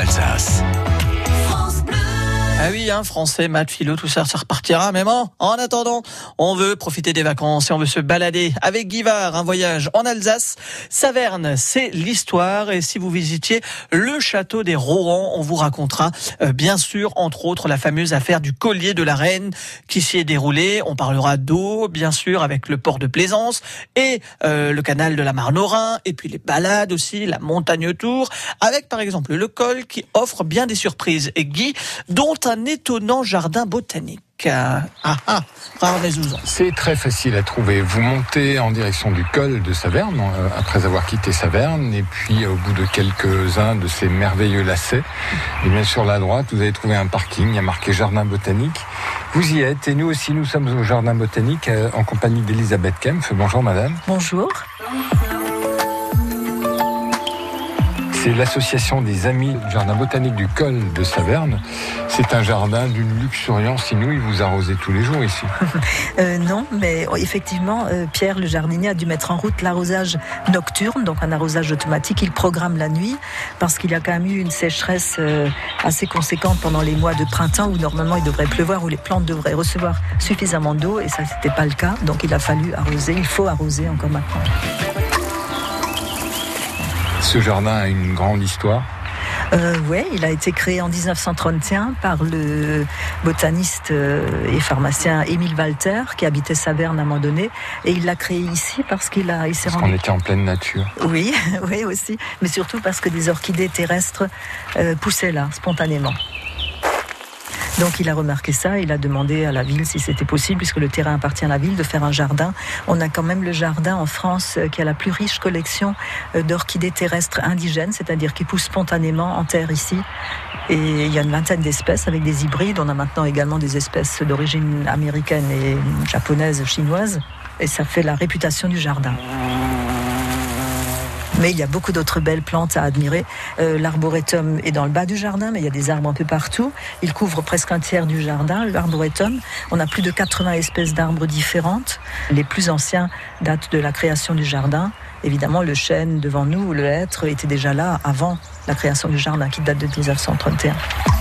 Alsace. Ah oui, français, maths, philo, tout ça, ça repartira. Mais bon, en attendant, on veut profiter des vacances et on veut se balader avec Guivard, un voyage en Alsace. Saverne, c'est l'histoire. Et si vous visitiez le château des Rohan, on vous racontera, bien sûr, entre autres, la fameuse affaire du collier de la reine qui s'y est déroulée. On parlera d'eau, bien sûr, avec le port de Plaisance et le canal de la Marne au Rhin. Et puis les balades aussi, la montagne tour, avec par exemple le col qui offre bien des surprises. Et Guy, dont un étonnant jardin botanique. Rare des ousons. C'est très facile à trouver. Vous montez en direction du col de Saverne, après avoir quitté Saverne, et puis au bout de quelques-uns de ces merveilleux lacets, et bien sur la droite, vous allez trouver un parking, il y a marqué jardin botanique. Vous y êtes, et nous aussi, nous sommes au jardin botanique en compagnie d'Elisabeth Kempf. Bonjour madame. Bonjour. C'est l'association des amis du jardin botanique du col de Saverne. C'est un jardin d'une luxuriance inouïe. Vous arrosez tous les jours ici. Non, mais effectivement, Pierre, le jardinier, a dû mettre en route l'arrosage nocturne, donc un arrosage automatique. Il programme la nuit parce qu'il y a quand même eu une sécheresse assez conséquente pendant les mois de printemps où normalement il devrait pleuvoir, où les plantes devraient recevoir suffisamment d'eau, et ça, c'était pas le cas. Donc il a fallu arroser. Il faut arroser encore maintenant. Ce jardin a une grande histoire. Oui, il a été créé en 1931 par le botaniste et pharmacien Émile Walter, qui habitait Saverne à un moment donné, et il l'a créé ici parce qu'il s'est rendu... Parce qu'on était en pleine nature. Oui, oui aussi, mais surtout parce que des orchidées terrestres poussaient là, spontanément. Donc il a remarqué ça, il a demandé à la ville si c'était possible, puisque le terrain appartient à la ville, de faire un jardin. On a quand même le jardin en France qui a la plus riche collection d'orchidées terrestres indigènes, c'est-à-dire qui poussent spontanément en terre ici. Et il y a une vingtaine d'espèces avec des hybrides. On a maintenant également des espèces d'origine américaine et japonaise, chinoise. Et ça fait la réputation du jardin. Mais il y a beaucoup d'autres belles plantes à admirer. L'arboretum est dans le bas du jardin, mais il y a des arbres un peu partout. Il couvre presque un tiers du jardin, l'arboretum. On a plus de 80 espèces d'arbres différentes. Les plus anciens datent de la création du jardin. Évidemment, le chêne devant nous, le hêtre, était déjà là avant la création du jardin, qui date de 1931.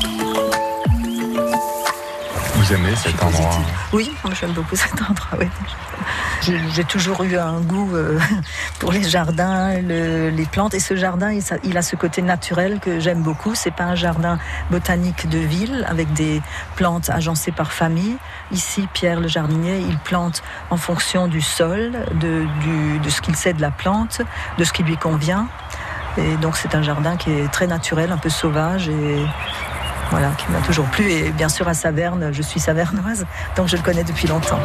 Vous aimez cet endroit? Oui, moi j'aime beaucoup cet endroit, oui. J'ai toujours eu un goût pour les jardins, les plantes. Et ce jardin, il a ce côté naturel que j'aime beaucoup. C'est pas un jardin botanique de ville avec des plantes agencées par famille. Ici, Pierre, le jardinier, il plante en fonction du sol, de ce qu'il sait de la plante, de ce qui lui convient. Et donc c'est un jardin qui est très naturel, un peu sauvage et... Voilà, qui m'a toujours plu. Et bien sûr, à Saverne, je suis savernoise, donc je le connais depuis longtemps.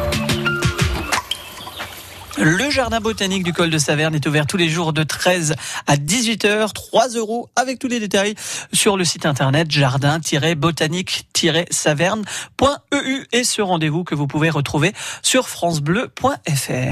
Le jardin botanique du col de Saverne est ouvert tous les jours de 13 à 18h, 3 € avec tous les détails sur le site internet jardin-botanique-saverne.eu et ce rendez-vous que vous pouvez retrouver sur francebleu.fr.